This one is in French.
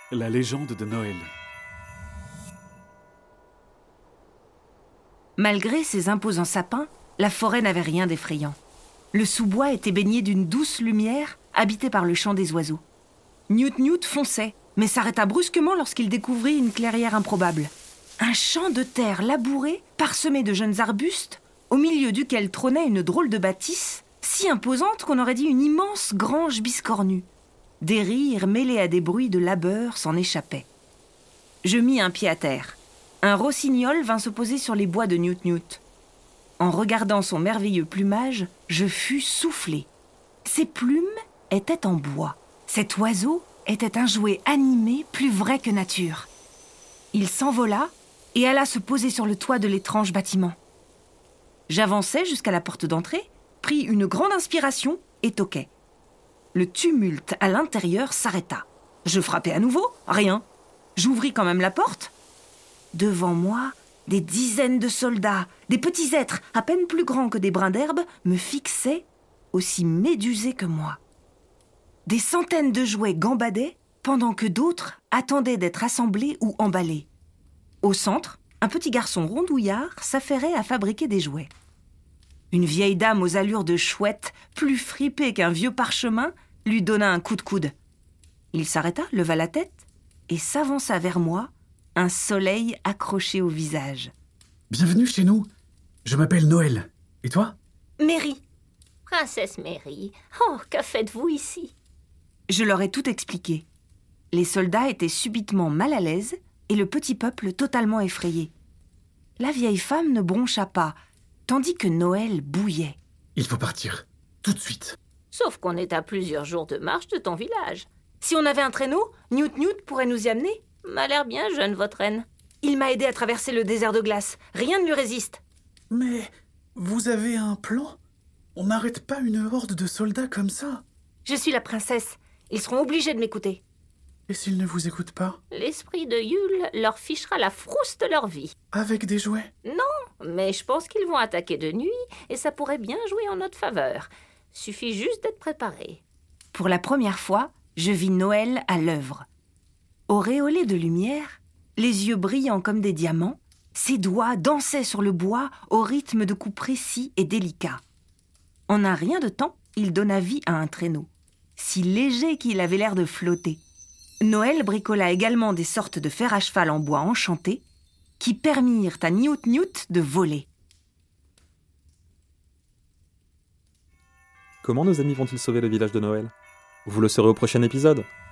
La légende de Noël. Malgré ses imposants sapins, la forêt n'avait rien d'effrayant. Le sous-bois était baigné d'une douce lumière, habité par le chant des oiseaux. Newt fonçait, mais s'arrêta brusquement lorsqu'il découvrit une clairière improbable. Un champ de terre labouré, parsemé de jeunes arbustes, au milieu duquel trônait une drôle de bâtisse, si imposante qu'on aurait dit une immense grange biscornue. Des rires mêlés à des bruits de labeur s'en échappaient. Je mis un pied à terre. Un rossignol vint se poser sur les bois de Newt. En regardant son merveilleux plumage, je fus soufflé. Ses plumes étaient en bois. Cet oiseau était un jouet animé plus vrai que nature. Il s'envola et alla se poser sur le toit de l'étrange bâtiment. J'avançai jusqu'à la porte d'entrée, pris une grande inspiration et toquai. Le tumulte à l'intérieur s'arrêta. Je frappai à nouveau, rien. J'ouvris quand même la porte. Devant moi, des dizaines de soldats, des petits êtres à peine plus grands que des brins d'herbe, me fixaient, aussi médusés que moi. Des centaines de jouets gambadaient, pendant que d'autres attendaient d'être assemblés ou emballés. Au centre, un petit garçon rondouillard s'affairait à fabriquer des jouets. Une vieille dame aux allures de chouette, plus fripée qu'un vieux parchemin, lui donna un coup de coude. Il s'arrêta, leva la tête et s'avança vers moi, un soleil accroché au visage. « Bienvenue chez nous. Je m'appelle Noël. Et toi ?»« Mary. »« Princesse Mary. Oh, que faites-vous ici ?» Je leur ai tout expliqué. Les soldats étaient subitement mal à l'aise et le petit peuple totalement effrayé. La vieille femme ne broncha pas, tandis que Noël bouillait. « Il faut partir, tout de suite. » Sauf qu'on est à plusieurs jours de marche de ton village. Si on avait un traîneau, Newt pourrait nous y amener. M'a l'air bien jeune, votre reine. Il m'a aidé à traverser le désert de glace. Rien ne lui résiste. Mais vous avez un plan ? On n'arrête pas une horde de soldats comme ça. Je suis la princesse. Ils seront obligés de m'écouter. Et s'ils ne vous écoutent pas ? L'esprit de Yule leur fichera la frousse de leur vie. Avec des jouets ? Non, mais je pense qu'ils vont attaquer de nuit et ça pourrait bien jouer en notre faveur. Suffit juste d'être préparé. Pour la première fois, je vis Noël à l'œuvre. Auréolé de lumière, les yeux brillants comme des diamants, ses doigts dansaient sur le bois au rythme de coups précis et délicats. En un rien de temps, il donna vie à un traîneau, si léger qu'il avait l'air de flotter. Noël bricola également des sortes de fers à cheval en bois enchanté qui permirent à Newt de voler. Comment nos amis vont-ils sauver le village de Noël ? Vous le saurez au prochain épisode.